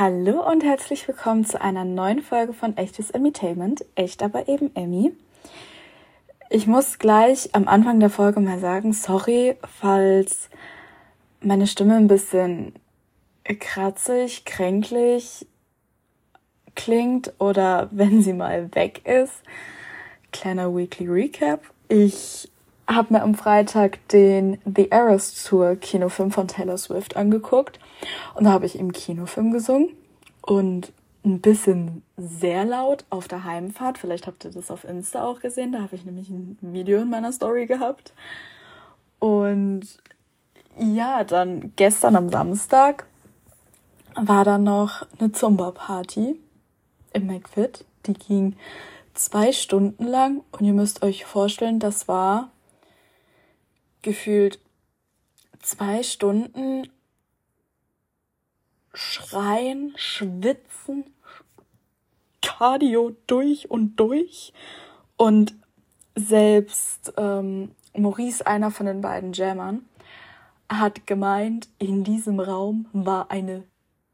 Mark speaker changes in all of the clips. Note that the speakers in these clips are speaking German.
Speaker 1: Hallo und herzlich willkommen zu einer neuen Folge von Echtes Emmitainment. Echt aber eben Emmy. Ich muss gleich am Anfang der Folge mal sagen, sorry, falls meine Stimme ein bisschen kratzig, kränklich klingt oder wenn sie mal weg ist. Kleiner Weekly Recap. Ich habe mir am Freitag den The Eras Tour Kinofilm von Taylor Swift angeguckt und da habe ich im Kinofilm gesungen und ein bisschen sehr laut auf der Heimfahrt. Vielleicht habt ihr das auf Insta auch gesehen, da habe ich nämlich ein Video in meiner Story gehabt. Und ja, dann gestern am Samstag war dann noch eine Zumba-Party im McFit. Die ging 2 Stunden lang und ihr müsst euch vorstellen, das war gefühlt 2 Stunden Schreien, Schwitzen, Cardio durch und durch. Und selbst Maurice, einer von den beiden Jammern, hat gemeint, in diesem Raum war eine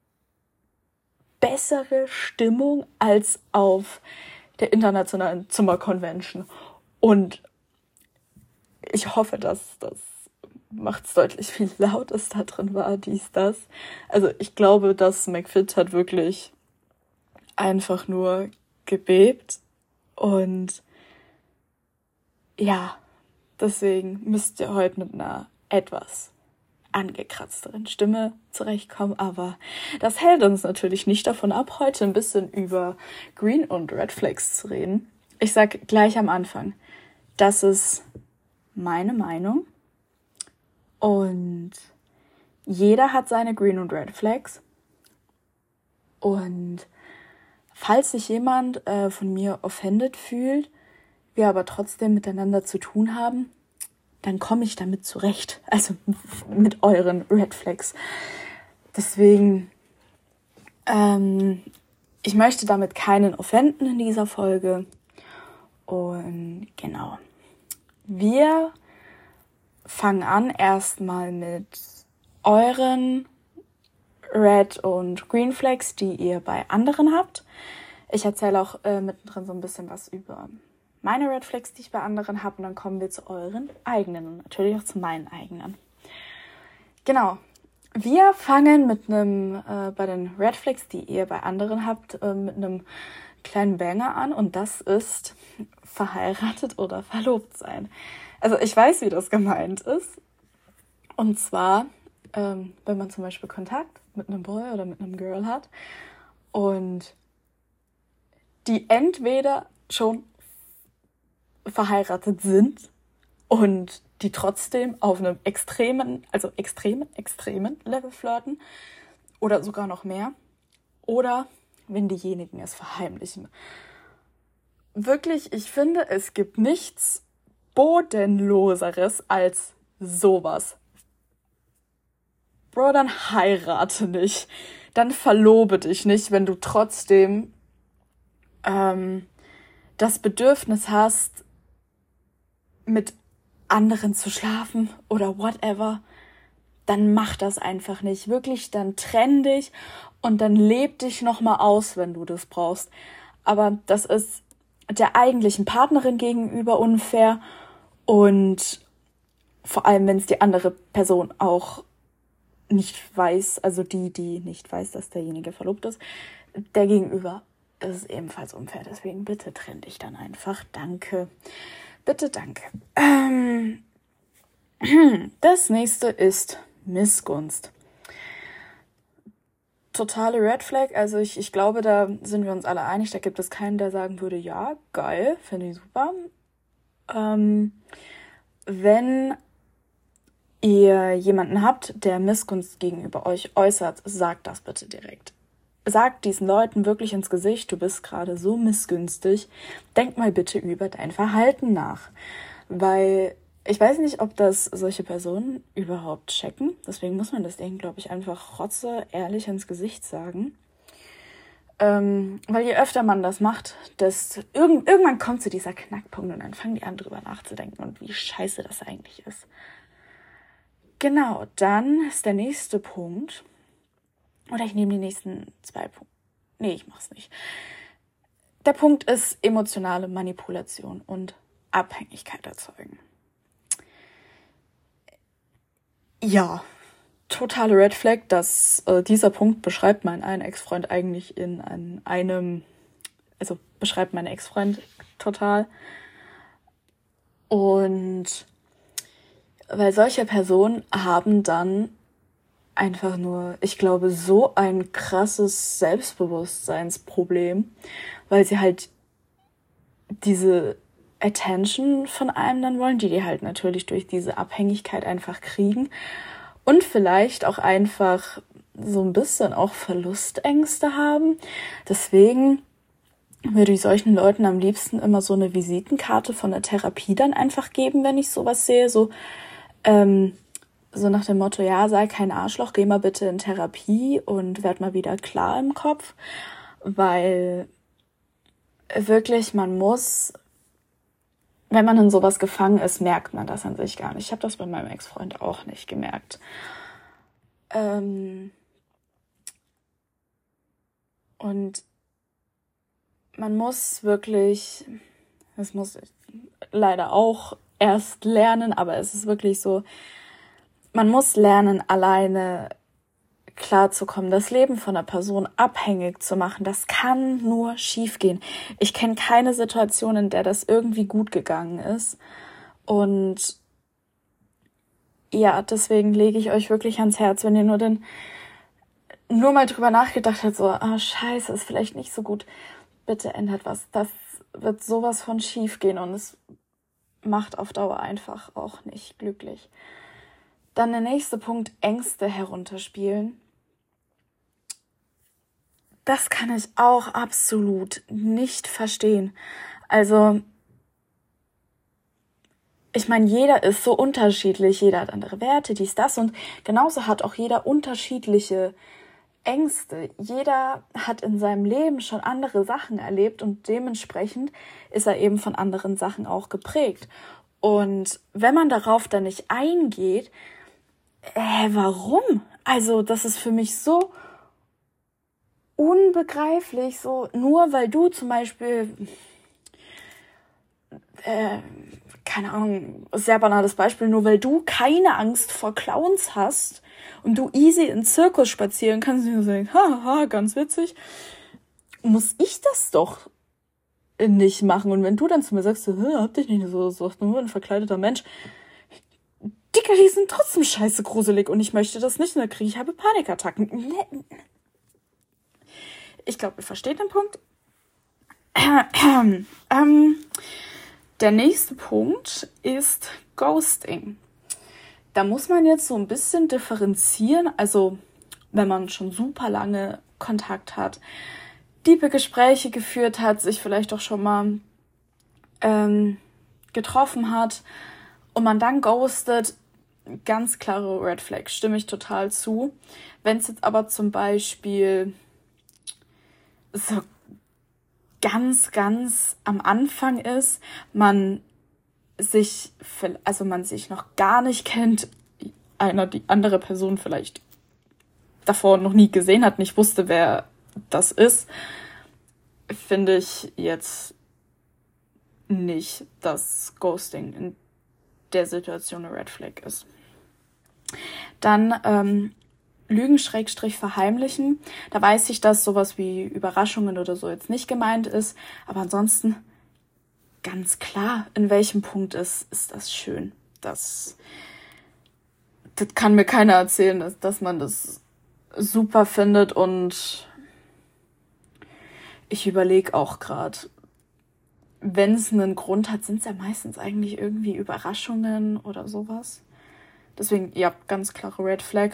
Speaker 1: bessere Stimmung als auf der internationalen Zumba-Convention. Und ich hoffe, dass das macht es deutlich, wie laut es da drin war, das. Also ich glaube, das McFit hat wirklich einfach nur gebebt. Und ja, deswegen müsst ihr heute mit einer etwas angekratzteren Stimme zurechtkommen. Aber das hält uns natürlich nicht davon ab, heute ein bisschen über Green und Red Flags zu reden. Ich sag gleich am Anfang, das ist meine Meinung. Und jeder hat seine Green und Red Flags. Und falls sich jemand von mir offended fühlt, wir aber trotzdem miteinander zu tun haben, dann komme ich damit zurecht. Also mit euren Red Flags. Deswegen, ich möchte damit keinen offenden in dieser Folge. Und genau. Wir fangen an erstmal mit euren Red und Green Flags, die ihr bei anderen habt. Ich erzähle auch mittendrin so ein bisschen was über meine Red Flags, die ich bei anderen habe. Und dann kommen wir zu euren eigenen und natürlich auch zu meinen eigenen. Genau. Wir fangen mit einem, bei den Red Flags, die ihr bei anderen habt, mit einem kleinen Banger an. Und das ist verheiratet oder verlobt sein. Also ich weiß, wie das gemeint ist. Und zwar, wenn man zum Beispiel Kontakt mit einem Boy oder mit einem Girl hat und die entweder schon verheiratet sind und die trotzdem auf einem extremen Level flirten oder sogar noch mehr. Oder wenn diejenigen es verheimlichen. Wirklich, ich finde, es gibt nichts Bodenloseres als sowas. Bro, dann heirate nicht. Dann verlobe dich nicht, wenn du trotzdem das Bedürfnis hast, mit anderen zu schlafen oder whatever. Dann mach das einfach nicht. Wirklich, dann trenn dich und dann leb dich nochmal aus, wenn du das brauchst. Aber das ist der eigentlichen Partnerin gegenüber unfair. Und vor allem, wenn es die andere Person auch nicht weiß, also die nicht weiß, dass derjenige verlobt ist, der Gegenüber ist es ebenfalls unfair. Deswegen bitte trenn dich dann einfach. Danke. Bitte, danke. Das nächste ist Missgunst. Totale Red Flag. Also ich glaube, da sind wir uns alle einig. Da gibt es keinen, der sagen würde, ja, geil, finde ich super. Wenn ihr jemanden habt, der Missgunst gegenüber euch äußert, sagt das bitte direkt. Sagt diesen Leuten wirklich ins Gesicht, du bist gerade so missgünstig. Denk mal bitte über dein Verhalten nach. Weil ich weiß nicht, ob das solche Personen überhaupt checken. Deswegen muss man das denen, glaube ich, einfach rotze ehrlich ins Gesicht sagen. Weil je öfter man das macht, desto irgendwann kommt zu dieser Knackpunkt und dann fangen die an, drüber nachzudenken und wie scheiße das eigentlich ist. Genau, dann ist der nächste Punkt. Oder ich nehme die nächsten 2 Punkte. Nee, ich mach's nicht. Der Punkt ist emotionale Manipulation und Abhängigkeit erzeugen. Ja, totale Red Flag, dass dieser Punkt beschreibt meinen einen Ex-Freund eigentlich in einem, also beschreibt meinen Ex-Freund total. Und weil solche Personen haben dann einfach nur, ich glaube, so ein krasses Selbstbewusstseinsproblem, weil sie halt diese Attention von einem dann wollen, die halt natürlich durch diese Abhängigkeit einfach kriegen und vielleicht auch einfach so ein bisschen auch Verlustängste haben. Deswegen würde ich solchen Leuten am liebsten immer so eine Visitenkarte von der Therapie dann einfach geben, wenn ich sowas sehe, so nach dem Motto, ja, sei kein Arschloch, geh mal bitte in Therapie und werd mal wieder klar im Kopf, weil wirklich, man muss, wenn man in sowas gefangen ist, merkt man das an sich gar nicht. Ich habe das bei meinem Ex-Freund auch nicht gemerkt. Und man muss wirklich, das muss ich leider auch erst lernen, aber es ist wirklich so, man muss lernen, alleine klarzukommen, das Leben von einer Person abhängig zu machen. Das kann nur schiefgehen. Ich kenne keine Situation, in der das irgendwie gut gegangen ist. Und ja, deswegen lege ich euch wirklich ans Herz, wenn ihr nur mal drüber nachgedacht habt, so, scheiße, ist vielleicht nicht so gut. Bitte ändert was. Das wird sowas von schief gehen und es macht auf Dauer einfach auch nicht glücklich. Dann der nächste Punkt, Ängste herunterspielen. Das kann ich auch absolut nicht verstehen. Also, ich meine, jeder ist so unterschiedlich, jeder hat andere Werte, dies, das und genauso hat auch jeder unterschiedliche Ängste. Jeder hat in seinem Leben schon andere Sachen erlebt und dementsprechend ist er eben von anderen Sachen auch geprägt. Und wenn man darauf dann nicht eingeht, warum? Also, das ist für mich so unbegreiflich, so nur weil du zum Beispiel, keine Ahnung, sehr banales Beispiel, nur weil du keine Angst vor Clowns hast und du easy in den Zirkus spazieren kannst und du sagst, haha, ganz witzig, muss ich das doch nicht machen. Und wenn du dann zu mir sagst, hab dich nicht so, nur ein verkleideter Mensch, Dicker, die sind trotzdem scheiße gruselig und ich möchte das nicht, und dann kriege ich Panikattacken. Ich glaube, ihr versteht den Punkt. Der nächste Punkt ist Ghosting. Da muss man jetzt so ein bisschen differenzieren. Also, wenn man schon super lange Kontakt hat, tiefe Gespräche geführt hat, sich vielleicht auch schon mal getroffen hat und man dann ghostet, ganz klare Red Flag, stimme ich total zu. Wenn es jetzt aber zum Beispiel so ganz, ganz am Anfang ist, man sich noch gar nicht kennt, die andere Person vielleicht davor noch nie gesehen hat, nicht wusste, wer das ist, finde ich jetzt nicht, dass Ghosting in der Situation eine Red Flag ist. Dann Lügen / verheimlichen. Da weiß ich, dass sowas wie Überraschungen oder so jetzt nicht gemeint ist. Aber ansonsten ganz klar, in welchem Punkt ist das schön. Das kann mir keiner erzählen, dass man das super findet. Und ich überlege auch gerade, wenn es einen Grund hat, sind es ja meistens eigentlich irgendwie Überraschungen oder sowas. Deswegen, ja, ganz klare Red Flag.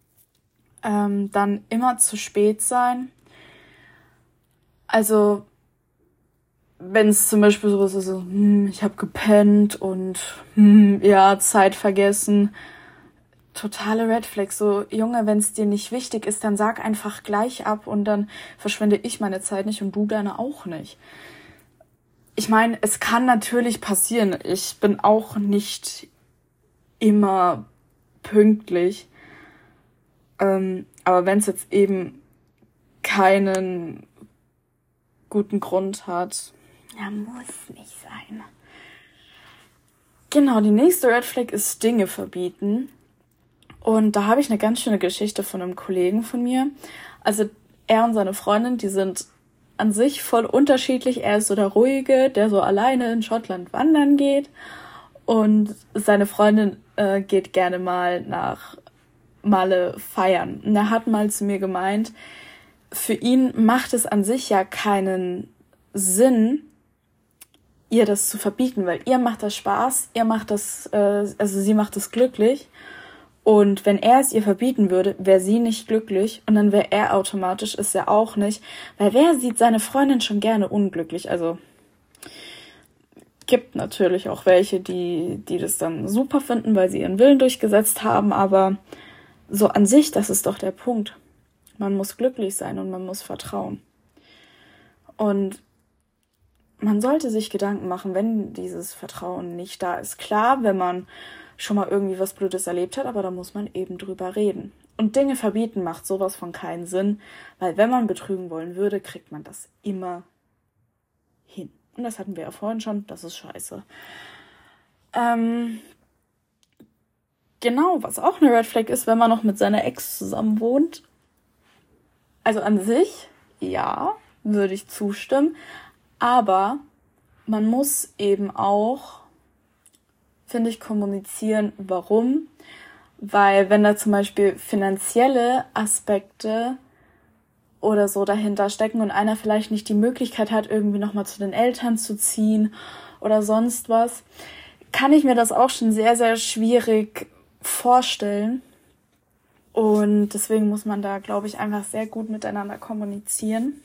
Speaker 1: Dann immer zu spät sein. Also, wenn es zum Beispiel sowas ist, so, ich habe gepennt und Zeit vergessen. Totale Red Flag. So, Junge, wenn es dir nicht wichtig ist, dann sag einfach gleich ab und dann verschwende ich meine Zeit nicht und du deine auch nicht. Ich meine, es kann natürlich passieren. Ich bin auch nicht immer pünktlich. Aber wenn es jetzt eben keinen guten Grund hat, ja, muss nicht sein. Genau, die nächste Red Flag ist Dinge verbieten. Und da habe ich eine ganz schöne Geschichte von einem Kollegen von mir. Also er und seine Freundin, die sind an sich voll unterschiedlich. Er ist so der Ruhige, der so alleine in Schottland wandern geht. Und seine Freundin geht gerne mal nach Male feiern. Und er hat mal zu mir gemeint, für ihn macht es an sich ja keinen Sinn, ihr das zu verbieten, weil ihr macht das Spaß, ihr macht das, also sie macht es glücklich. Und wenn er es ihr verbieten würde, wäre sie nicht glücklich und dann wäre er automatisch, ist er auch nicht. Weil wer sieht seine Freundin schon gerne unglücklich? Also gibt natürlich auch welche, die das dann super finden, weil sie ihren Willen durchgesetzt haben, aber so an sich, das ist doch der Punkt. Man muss glücklich sein und man muss vertrauen. Und man sollte sich Gedanken machen, wenn dieses Vertrauen nicht da ist. Klar, wenn man schon mal irgendwie was Blödes erlebt hat, aber da muss man eben drüber reden. Und Dinge verbieten macht sowas von keinen Sinn, weil wenn man betrügen wollen würde, kriegt man das immer hin. Und das hatten wir ja vorhin schon, das ist scheiße. Genau, was auch eine Red Flag ist, wenn man noch mit seiner Ex zusammen wohnt. Also an sich, ja, würde ich zustimmen. Aber man muss eben auch, finde ich, kommunizieren, warum. Weil wenn da zum Beispiel finanzielle Aspekte oder so dahinter stecken und einer vielleicht nicht die Möglichkeit hat, irgendwie nochmal zu den Eltern zu ziehen oder sonst was, kann ich mir das auch schon sehr, sehr schwierig vorstellen. Und deswegen muss man da, glaube ich, einfach sehr gut miteinander kommunizieren.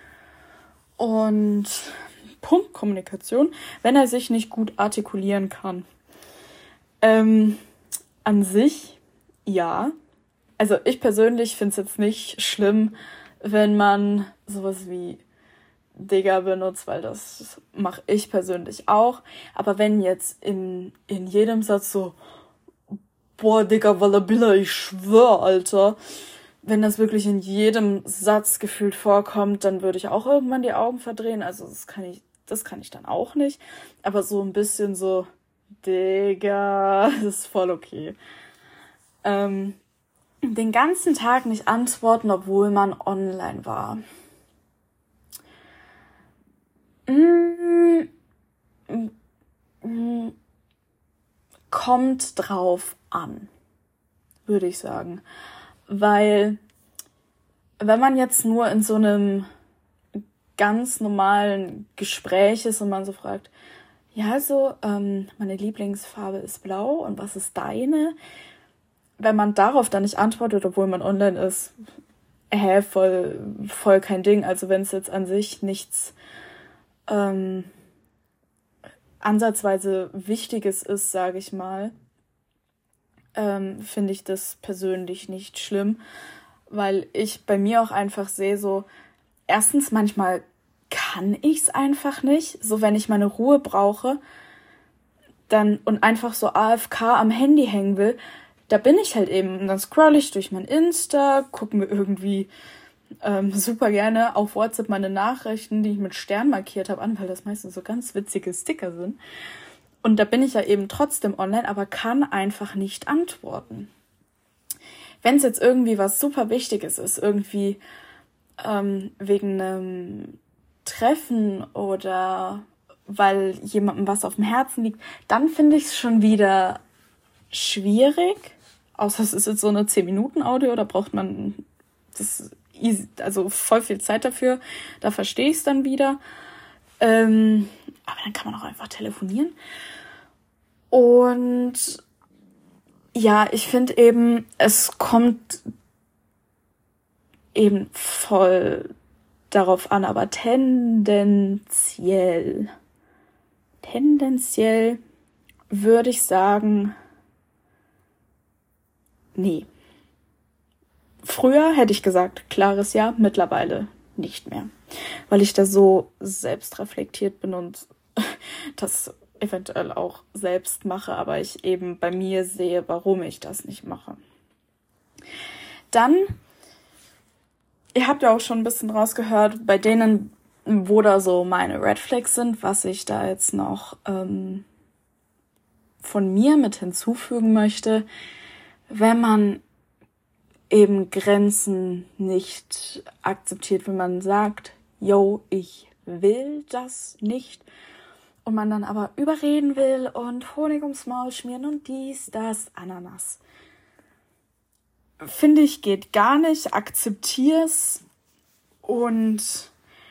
Speaker 1: Und Punkt Kommunikation, wenn er sich nicht gut artikulieren kann. An sich, ja. Also ich persönlich finde es jetzt nicht schlimm, wenn man sowas wie Digga benutzt, weil das mache ich persönlich auch. Aber wenn jetzt in jedem Satz so, boah, Digga, Wallabilla, ich schwör, Alter, wenn das wirklich in jedem Satz gefühlt vorkommt, dann würde ich auch irgendwann die Augen verdrehen. Also das kann ich dann auch nicht. Aber so ein bisschen so, Digga, das ist voll okay. Den ganzen Tag nicht antworten, obwohl man online war. Kommt drauf an, würde ich sagen. Weil, wenn man jetzt nur in so einem ganz normalen Gespräch ist und man so fragt, ja, also, meine Lieblingsfarbe ist blau und was ist deine? Wenn man darauf dann nicht antwortet, obwohl man online ist, voll kein Ding. Also wenn es jetzt an sich nichts ansatzweise Wichtiges ist, sage ich mal, finde ich das persönlich nicht schlimm, weil ich bei mir auch einfach sehe, so, erstens manchmal kann ich es einfach nicht, so wenn ich meine Ruhe brauche, dann und einfach so AFK am Handy hängen will, da bin ich halt eben und dann scroll ich durch mein Insta, gucke mir irgendwie super gerne auf WhatsApp meine Nachrichten, die ich mit Stern markiert habe, an, weil das meistens so ganz witzige Sticker sind. Und da bin ich ja eben trotzdem online, aber kann einfach nicht antworten. Wenn es jetzt irgendwie was super Wichtiges ist, irgendwie wegen einem Treffen oder weil jemandem was auf dem Herzen liegt, dann finde ich es schon wieder schwierig. Außer es ist jetzt so eine 10-Minuten-Audio, da braucht man das easy, also voll viel Zeit dafür. Da verstehe ich es dann wieder. Aber dann kann man auch einfach telefonieren. Und ja, ich finde eben, es kommt eben voll darauf an, aber tendenziell würde ich sagen, nee. Früher hätte ich gesagt, klares Ja, mittlerweile nicht mehr. Weil ich da so selbstreflektiert bin und das eventuell auch selbst mache, aber ich eben bei mir sehe, warum ich das nicht mache. Dann ihr habt ja auch schon ein bisschen rausgehört, bei denen, wo da so meine Red Flags sind, was ich da jetzt noch von mir mit hinzufügen möchte, wenn man eben Grenzen nicht akzeptiert, wenn man sagt, yo, ich will das nicht, und man dann aber überreden will und Honig ums Maul schmieren und dies, das, Ananas. Finde ich, geht gar nicht, akzeptier's. Und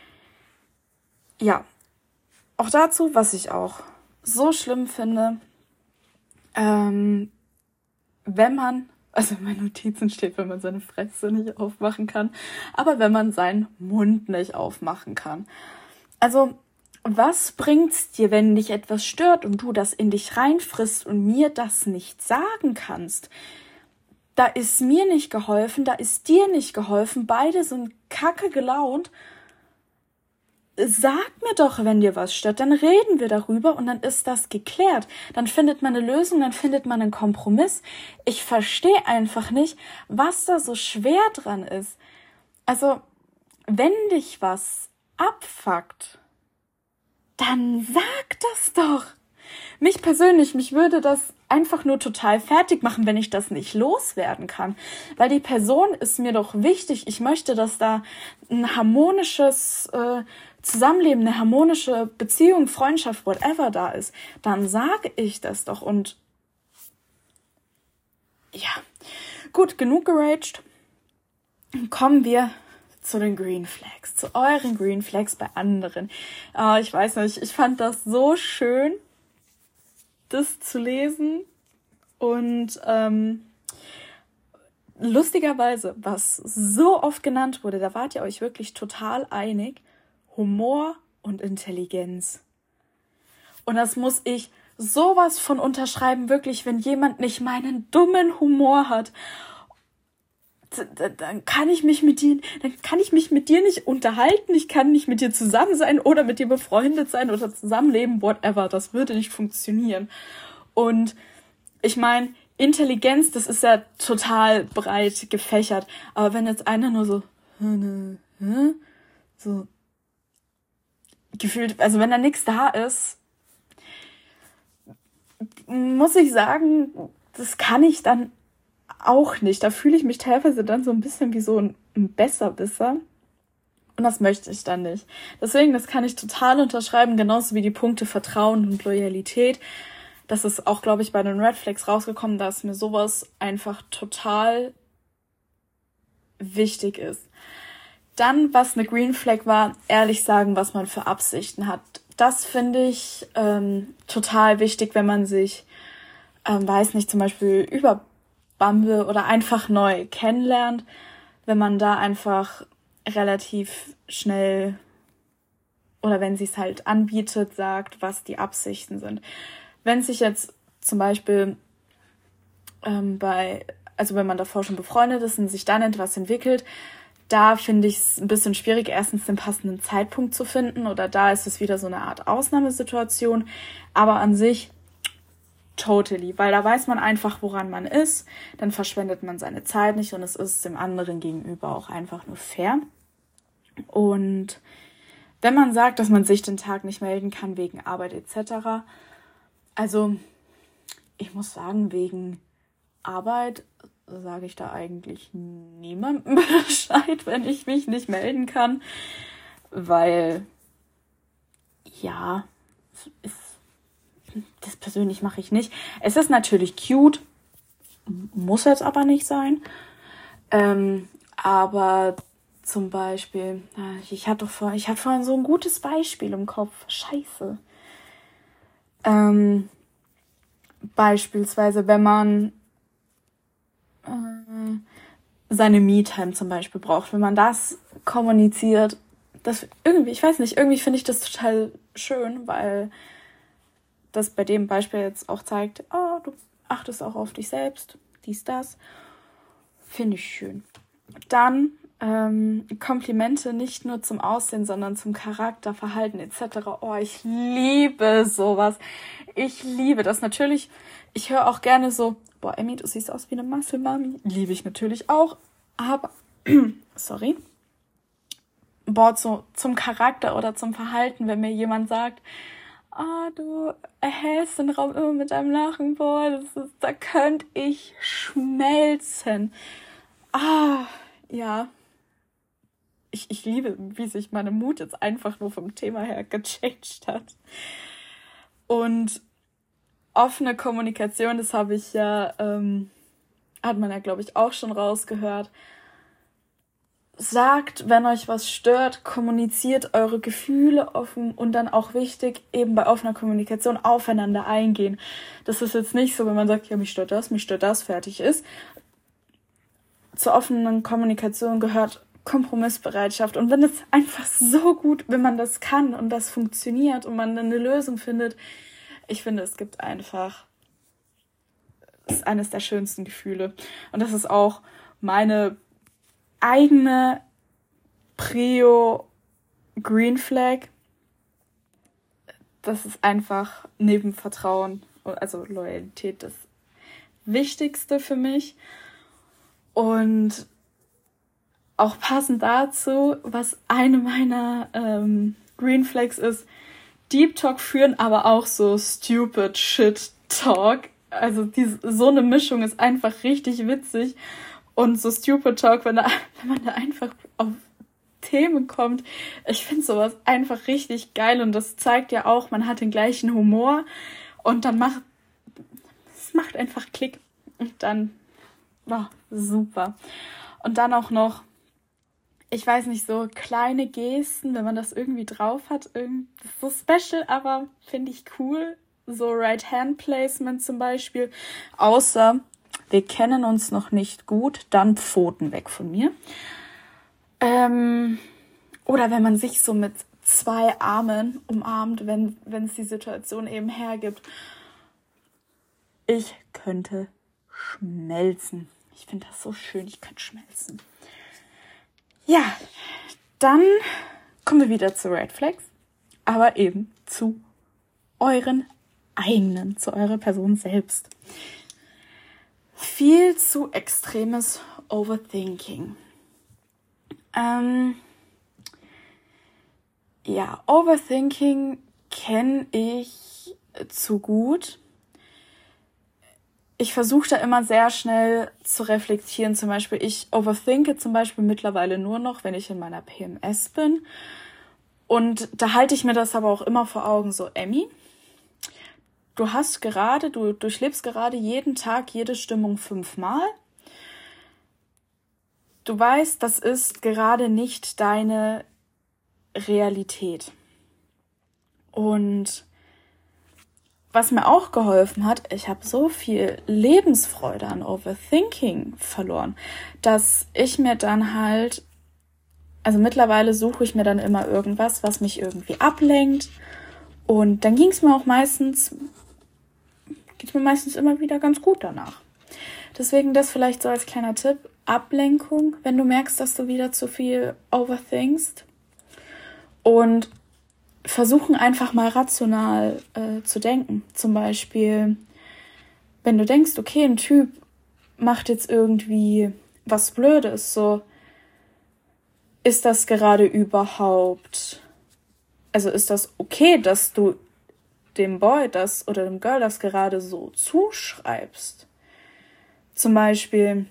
Speaker 1: ja, auch dazu, was ich auch so schlimm finde, wenn man, also in meinen Notizen steht, wenn man seine Fresse nicht aufmachen kann, aber wenn man seinen Mund nicht aufmachen kann. Also, was bringt's dir, wenn dich etwas stört und du das in dich reinfrisst und mir das nicht sagen kannst? Da ist mir nicht geholfen, da ist dir nicht geholfen, beide sind kacke gelaunt. Sag mir doch, wenn dir was stört, dann reden wir darüber und dann ist das geklärt. Dann findet man eine Lösung, dann findet man einen Kompromiss. Ich verstehe einfach nicht, was da so schwer dran ist. Also, wenn dich was abfuckt, dann sag das doch. Mich persönlich, mich würde das einfach nur total fertig machen, wenn ich das nicht loswerden kann. Weil die Person ist mir doch wichtig. Ich möchte, dass da ein harmonisches Zusammenleben, eine harmonische Beziehung, Freundschaft, whatever da ist. Dann sage ich das doch. Und ja, gut, genug geraged. Kommen wir zu den Green Flags, zu euren Green Flags bei anderen. Ich weiß nicht, ich fand das so schön, das zu lesen. Und lustigerweise, was so oft genannt wurde, da wart ihr euch wirklich total einig, Humor und Intelligenz. Und das muss ich sowas von unterschreiben, wirklich, wenn jemand nicht meinen dummen Humor hat, dann kann ich mich mit dir nicht unterhalten, ich kann nicht mit dir zusammen sein oder mit dir befreundet sein oder zusammenleben, whatever, das würde nicht funktionieren. Und ich meine, Intelligenz, das ist ja total breit gefächert, aber wenn jetzt einer nur so gefühlt, also wenn da nichts da ist, muss ich sagen, das kann ich dann auch nicht. Da fühle ich mich teilweise dann so ein bisschen wie so ein Besserwisser. Und das möchte ich dann nicht. Deswegen, das kann ich total unterschreiben, genauso wie die Punkte Vertrauen und Loyalität. Das ist auch, glaube ich, bei den Red Flags rausgekommen, dass mir sowas einfach total wichtig ist. Dann, was eine Green Flag war, ehrlich sagen, was man für Absichten hat. Das finde ich total wichtig, wenn man sich, weiß nicht, zum Beispiel über Bumble oder einfach neu kennenlernt, wenn man da einfach relativ schnell oder wenn sie es halt anbietet, sagt, was die Absichten sind. Wenn sich jetzt zum Beispiel wenn man davor schon befreundet ist und sich dann etwas entwickelt, da finde ich es ein bisschen schwierig, erstens den passenden Zeitpunkt zu finden oder da ist es wieder so eine Art Ausnahmesituation, aber an sich totally, weil da weiß man einfach, woran man ist, dann verschwendet man seine Zeit nicht und es ist dem anderen gegenüber auch einfach nur fair. Und wenn man sagt, dass man sich den Tag nicht melden kann wegen Arbeit etc., also ich muss sagen, wegen Arbeit sage ich da eigentlich niemandem Bescheid, wenn ich mich nicht melden kann, weil ja, das persönlich mache ich nicht. Es ist natürlich cute, muss jetzt aber nicht sein. Aber zum Beispiel, ich hatte vorhin so ein gutes Beispiel im Kopf. Scheiße. Beispielsweise, wenn man seine Me-Time zum Beispiel braucht, wenn man das kommuniziert, das irgendwie, ich weiß nicht, irgendwie finde ich das total schön, weil das bei dem Beispiel jetzt auch zeigt, oh, du achtest auch auf dich selbst, dies, das. Finde ich schön. Dann Komplimente nicht nur zum Aussehen, sondern zum Charakter, Verhalten etc. Oh, ich liebe sowas. Ich liebe das natürlich. Ich höre auch gerne so, boah, Emmy, du siehst aus wie eine Muscle Mami. Liebe ich natürlich auch. Aber, sorry. zum Charakter oder zum Verhalten, wenn mir jemand sagt, du erhältst den Raum immer mit deinem Lachen, da könnte ich schmelzen. Ja. Ich liebe, wie sich meine Mut jetzt einfach nur vom Thema her gechanged hat. Und offene Kommunikation, das habe ich ja, hat man ja, glaube ich, auch schon rausgehört. Sagt, wenn euch was stört, kommuniziert eure Gefühle offen und dann auch wichtig, eben bei offener Kommunikation aufeinander eingehen. Das ist jetzt nicht so, wenn man sagt, ja, mich stört das, fertig ist. Zur offenen Kommunikation gehört Kompromissbereitschaft. Und wenn es einfach so gut, wenn man das kann und das funktioniert und man dann eine Lösung findet, ich finde, es gibt einfach, es ist eines der schönsten Gefühle. Und das ist auch meine eigene Prio Green Flag. Das ist einfach neben Vertrauen, also Loyalität, das Wichtigste für mich. Und auch passend dazu, was eine meiner Green Flags ist, Deep Talk führen, aber auch so Stupid Shit Talk. Also so eine Mischung ist einfach richtig witzig. Und so Stupid Talk, wenn man da einfach auf Themen kommt. Ich finde sowas einfach richtig geil. Und das zeigt ja auch, man hat den gleichen Humor. Und dann es macht einfach Klick. Und dann, super. Und dann auch noch, ich weiß nicht, so kleine Gesten, wenn man das irgendwie drauf hat, das ist so special, aber finde ich cool. So Right-Hand-Placement zum Beispiel. Außer, wir kennen uns noch nicht gut, dann Pfoten weg von mir. Oder wenn man sich so mit 2 Armen umarmt, wenn es die Situation eben hergibt. Ich könnte schmelzen. Ich finde das so schön, ich könnte schmelzen. Ja, dann kommen wir wieder zu Red Flags, aber eben zu euren eigenen, zu eurer Person selbst. Viel zu extremes Overthinking. Overthinking kenne ich zu gut. Ich versuche da immer sehr schnell zu reflektieren. Zum Beispiel, ich overthinke zum Beispiel mittlerweile nur noch, wenn ich in meiner PMS bin. Und da halte ich mir das aber auch immer vor Augen, so, Emmy, du durchlebst gerade jeden Tag jede Stimmung 5-mal. Du weißt, das ist gerade nicht deine Realität. Und was mir auch geholfen hat, ich habe so viel Lebensfreude an Overthinking verloren, dass ich mir dann halt, also mittlerweile suche ich mir dann immer irgendwas, was mich irgendwie ablenkt. Und dann geht es mir meistens immer wieder ganz gut danach. Deswegen das vielleicht so als kleiner Tipp, Ablenkung, wenn du merkst, dass du wieder zu viel overthinkst. Und versuchen einfach mal rational zu denken. Zum Beispiel, wenn du denkst, okay, ein Typ macht jetzt irgendwie was Blödes, so, ist das gerade überhaupt, also ist das okay, dass du dem Boy das oder dem Girl das gerade so zuschreibst? Zum Beispiel,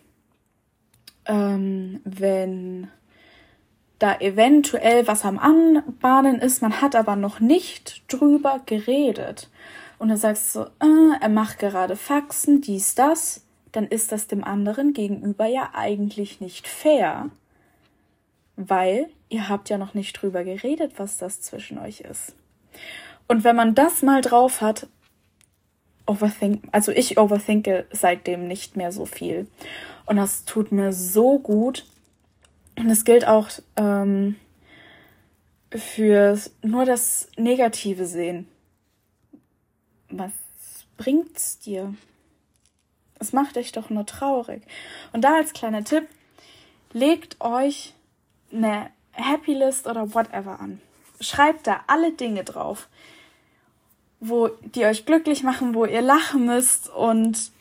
Speaker 1: wenn da eventuell was am Anbahnen ist, man hat aber noch nicht drüber geredet. Und dann sagst du so, er macht gerade Faxen, dies, das, dann ist das dem anderen gegenüber ja eigentlich nicht fair. Weil ihr habt ja noch nicht drüber geredet, was das zwischen euch ist. Und wenn man das mal drauf hat, ich overthinke seitdem nicht mehr so viel. Und das tut mir so gut. Und es gilt auch für nur das Negative sehen. Was bringt's dir? Es macht dich doch nur traurig. Und da als kleiner Tipp, legt euch eine Happy List oder whatever an. Schreibt da alle Dinge drauf, die euch glücklich machen, wo ihr lachen müsst. Und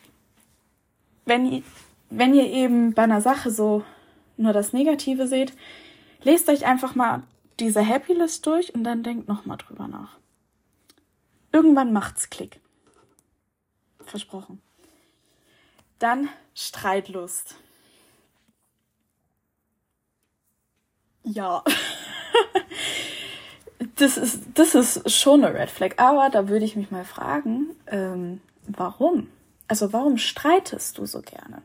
Speaker 1: wenn ihr eben bei einer Sache so nur das Negative seht, lest euch einfach mal diese Happy List durch und dann denkt nochmal drüber nach. Irgendwann macht's Klick. Versprochen. Dann Streitlust. Ja. Das ist schon eine Red Flag, aber da würde ich mich mal fragen, warum? Also warum streitest du so gerne?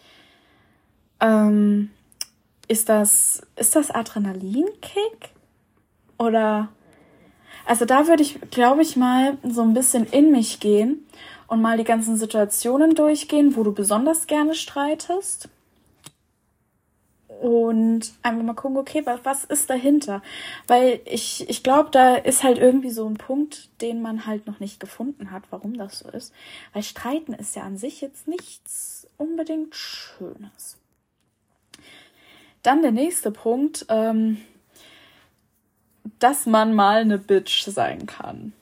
Speaker 1: Ist das Adrenalinkick? Oder, also da würde ich, glaube ich, mal so ein bisschen in mich gehen und mal die ganzen Situationen durchgehen, wo du besonders gerne streitest. Und einfach mal gucken, okay, was ist dahinter? Weil ich glaube, da ist halt irgendwie so ein Punkt, den man halt noch nicht gefunden hat, warum das so ist. Weil Streiten ist ja an sich jetzt nichts unbedingt Schönes. Dann der nächste Punkt, dass man mal eine Bitch sein kann.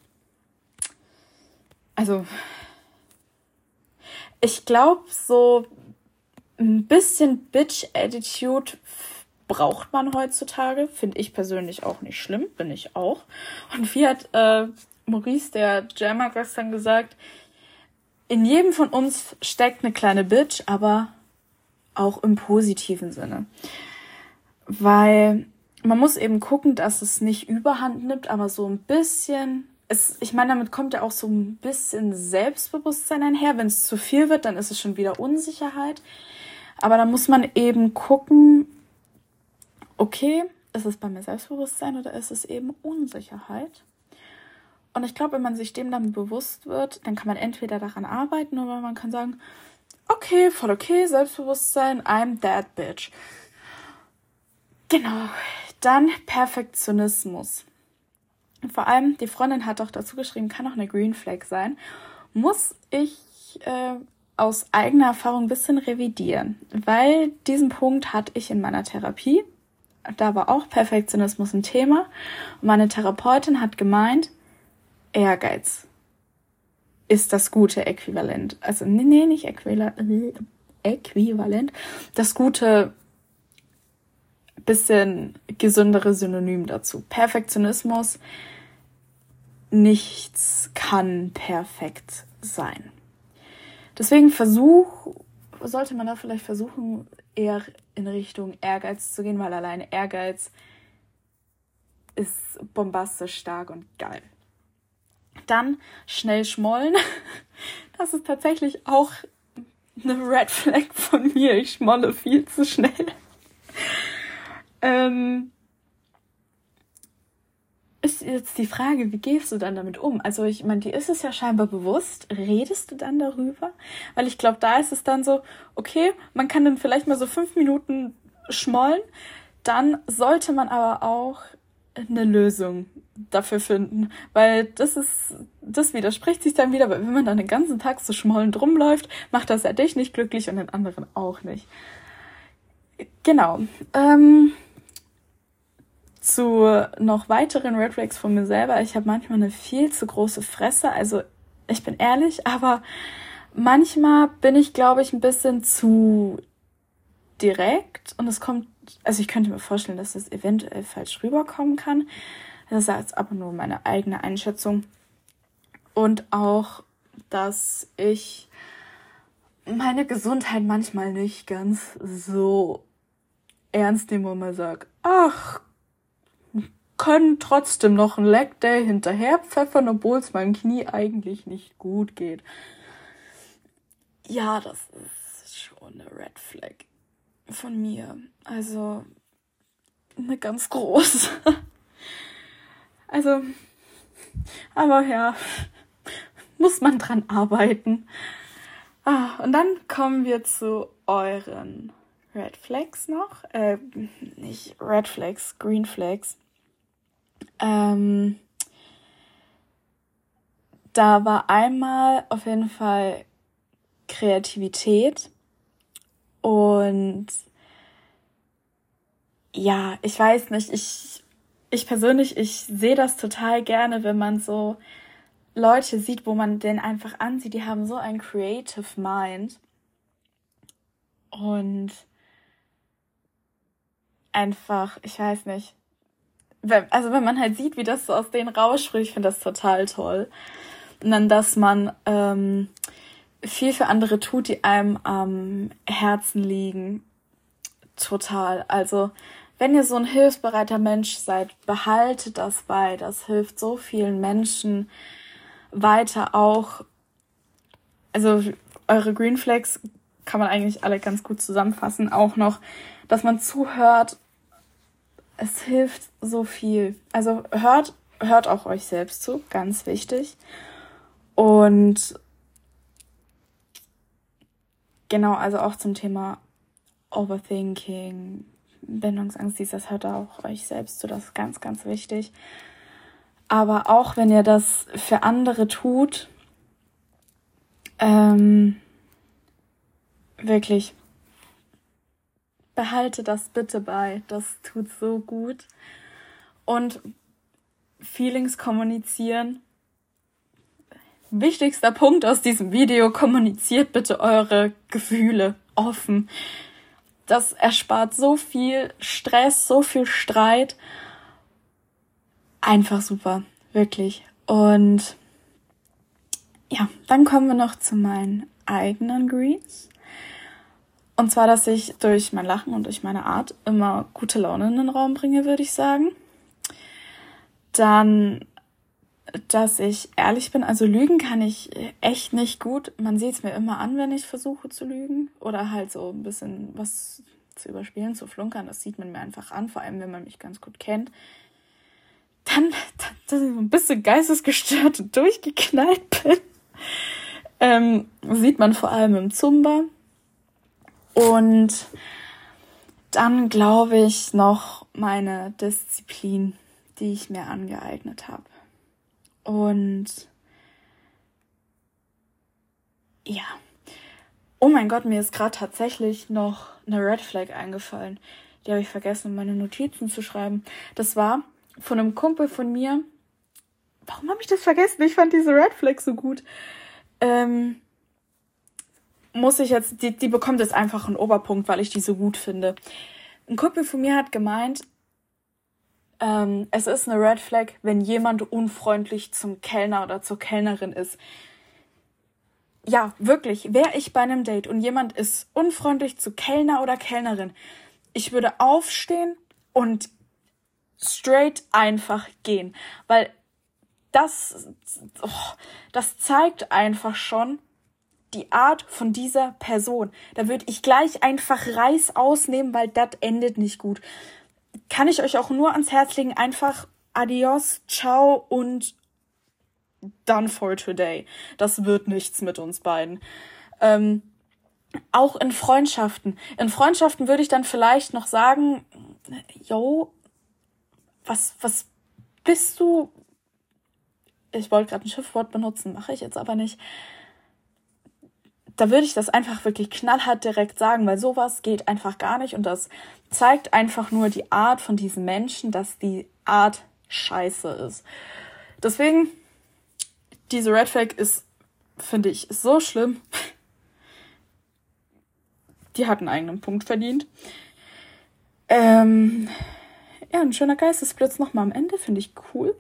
Speaker 1: Also, ich glaube, so ein bisschen Bitch-Attitude braucht man heutzutage. Finde ich persönlich auch nicht schlimm. Bin ich auch. Und wie hat Maurice, der Jammer, gestern gesagt, in jedem von uns steckt eine kleine Bitch, aber auch im positiven Sinne. Weil man muss eben gucken, dass es nicht überhand nimmt, aber so ein bisschen... Ich meine, damit kommt ja auch so ein bisschen Selbstbewusstsein einher. Wenn es zu viel wird, dann ist es schon wieder Unsicherheit. Aber da muss man eben gucken, okay, ist es bei mir Selbstbewusstsein oder ist es eben Unsicherheit? Und ich glaube, wenn man sich dem dann bewusst wird, dann kann man entweder daran arbeiten oder man kann sagen, okay, voll okay, Selbstbewusstsein, I'm that bitch. Genau, dann Perfektionismus. Vor allem, die Freundin hat doch dazu geschrieben, kann auch eine Green Flag sein. Muss ich aus eigener Erfahrung ein bisschen revidieren, weil diesen Punkt hatte ich in meiner Therapie. Da war auch Perfektionismus ein Thema. Und meine Therapeutin hat gemeint, Ehrgeiz ist das gute Äquivalent. Also, nee, nicht Äquivalent. Das gute, bisschen gesündere Synonym dazu. Perfektionismus, nichts kann perfekt sein. Deswegen sollte man da vielleicht versuchen, eher in Richtung Ehrgeiz zu gehen, weil alleine Ehrgeiz ist bombastisch stark und geil. Dann schnell schmollen. Das ist tatsächlich auch eine Red Flag von mir. Ich schmolle viel zu schnell. Ist jetzt die Frage, wie gehst du dann damit um? Also ich meine, dir ist es ja scheinbar bewusst. Redest du dann darüber? Weil ich glaube, da ist es dann so, okay, man kann dann vielleicht mal so 5 Minuten schmollen. Dann sollte man aber auch eine Lösung dafür finden. Weil das widerspricht sich dann wieder, weil wenn man dann den ganzen Tag so schmollend rumläuft, macht das ja dich nicht glücklich und den anderen auch nicht. Genau. Zu noch weiteren Red Flags von mir selber. Ich habe manchmal eine viel zu große Fresse. Also ich bin ehrlich, aber manchmal bin ich, glaube ich, ein bisschen zu direkt. Und ich könnte mir vorstellen, dass das eventuell falsch rüberkommen kann. Das ist jetzt aber nur meine eigene Einschätzung. Und auch, dass ich meine Gesundheit manchmal nicht ganz so ernst nehme und mal sage, ach, können trotzdem noch einen Leg Day hinterher pfeffern, obwohl es meinem Knie eigentlich nicht gut geht. Ja, das ist schon eine Red Flag von mir. Also eine ganz große. Also, aber ja, muss man dran arbeiten. Und dann kommen wir zu euren Red Flags noch. Nicht Red Flags, Green Flags. Da war einmal auf jeden Fall Kreativität und ja, ich weiß nicht, ich persönlich, ich sehe das total gerne, wenn man so Leute sieht, wo man den einfach ansieht, die haben so ein Creative Mind und einfach, ich weiß nicht, wenn man halt sieht, wie das so aus denen rausspricht, ich finde das total toll. Und dann, dass man viel für andere tut, die einem am Herzen liegen. Total. Also, wenn ihr so ein hilfsbereiter Mensch seid, behaltet das bei. Das hilft so vielen Menschen weiter auch. Also, eure Green Flags kann man eigentlich alle ganz gut zusammenfassen. Auch noch, dass man zuhört. Es hilft so viel. Also, hört auch euch selbst zu. Ganz wichtig. Und genau, also auch zum Thema Overthinking, Bindungsangst, das hört auch euch selbst zu, das ist ganz, ganz wichtig. Aber auch wenn ihr das für andere tut, wirklich, behalte das bitte bei, das tut so gut. Und Feelings kommunizieren. Wichtigster Punkt aus diesem Video, kommuniziert bitte eure Gefühle offen. Das erspart so viel Stress, so viel Streit. Einfach super, wirklich. Und ja, dann kommen wir noch zu meinen eigenen Greens. Und zwar, dass ich durch mein Lachen und durch meine Art immer gute Laune in den Raum bringe, würde ich sagen. Dann, dass ich ehrlich bin, also lügen kann ich echt nicht gut. Man sieht es mir immer an, wenn ich versuche zu lügen oder halt so ein bisschen was zu überspielen, zu flunkern. Das sieht man mir einfach an, vor allem wenn man mich ganz gut kennt. Dann, dass ich so ein bisschen geistesgestört und durchgeknallt bin, sieht man vor allem im Zumba. Und dann glaube ich noch meine Disziplin, die ich mir angeeignet habe. Und ja, oh mein Gott, mir ist gerade tatsächlich noch eine Red Flag eingefallen. Die habe ich vergessen, in meine Notizen zu schreiben. Das war von einem Kumpel von mir. Warum habe ich das vergessen? Ich fand diese Red Flag so gut. Muss ich jetzt, die bekommt jetzt einfach einen Oberpunkt, weil ich die so gut finde. Ein Kumpel von mir hat gemeint, es ist eine Red Flag, wenn jemand unfreundlich zum Kellner oder zur Kellnerin ist. Ja, wirklich, wäre ich bei einem Date und jemand ist unfreundlich zu Kellner oder Kellnerin, ich würde aufstehen und straight einfach gehen. Weil das zeigt einfach schon die Art von dieser Person. Da würde ich gleich einfach Reiß ausnehmen, weil das endet nicht gut. Kann ich euch auch nur ans Herz legen, einfach adios, ciao und done for today. Das wird nichts mit uns beiden. Auch in Freundschaften. In Freundschaften würde ich dann vielleicht noch sagen, yo, was bist du? Ich wollte gerade ein Schimpfwort benutzen, mache ich jetzt aber nicht. Da würde ich das einfach wirklich knallhart direkt sagen, weil sowas geht einfach gar nicht und das zeigt einfach nur die Art von diesen Menschen, dass die Art scheiße ist. Deswegen, diese Red Flag ist, finde ich, so schlimm. Die hat einen eigenen Punkt verdient. Ja, ein schöner Geistesblitz nochmal am Ende, finde ich cool.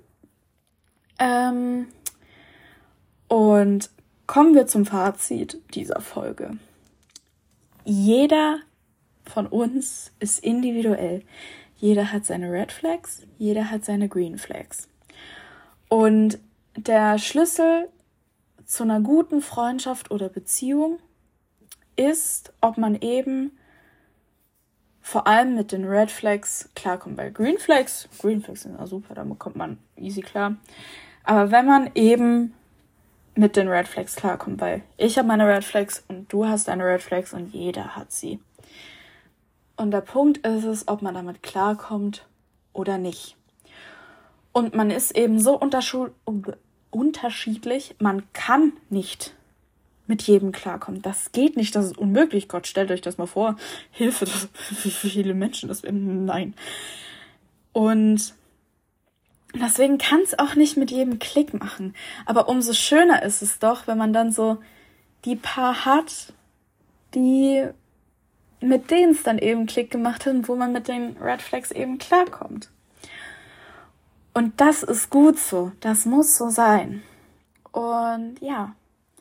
Speaker 1: Und kommen wir zum Fazit dieser Folge. Jeder von uns ist individuell. Jeder hat seine Red Flags, jeder hat seine Green Flags. Und der Schlüssel zu einer guten Freundschaft oder Beziehung ist, ob man eben vor allem mit den Red Flags klarkommt. Bei Green Flags sind ja super, damit kommt man easy klar. Aber wenn man eben mit den Red Flags klarkommt, weil ich habe meine Red Flags und du hast deine Red Flags und jeder hat sie. Und der Punkt ist es, ob man damit klarkommt oder nicht. Und man ist eben so unterschiedlich, man kann nicht mit jedem klarkommen. Das geht nicht, das ist unmöglich. Gott, stellt euch das mal vor. Hilfe, wie viele Menschen das werden. Nein. Und deswegen kann es auch nicht mit jedem Klick machen. Aber umso schöner ist es doch, wenn man dann so die paar hat, die mit denen es dann eben Klick gemacht hat und wo man mit den Red Flags eben klarkommt. Und das ist gut so. Das muss so sein. Und ja.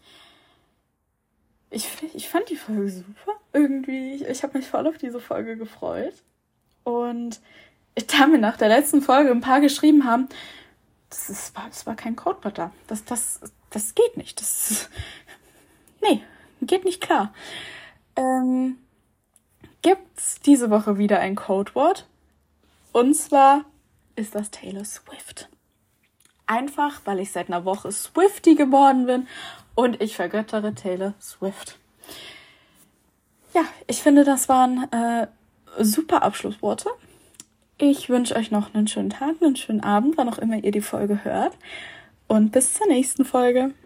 Speaker 1: Ich fand die Folge super. Irgendwie, ich habe mich voll auf diese Folge gefreut. Und da mir nach der letzten Folge ein paar geschrieben haben, das war kein Codewort da. Das geht nicht. Nee, geht nicht klar. Gibt's diese Woche wieder ein Codewort. Und zwar ist das Taylor Swift. Einfach, weil ich seit einer Woche Swiftie geworden bin und ich vergöttere Taylor Swift. Ja, ich finde, das waren super Abschlussworte. Ich wünsche euch noch einen schönen Tag, einen schönen Abend, wann auch immer ihr die Folge hört. Und bis zur nächsten Folge.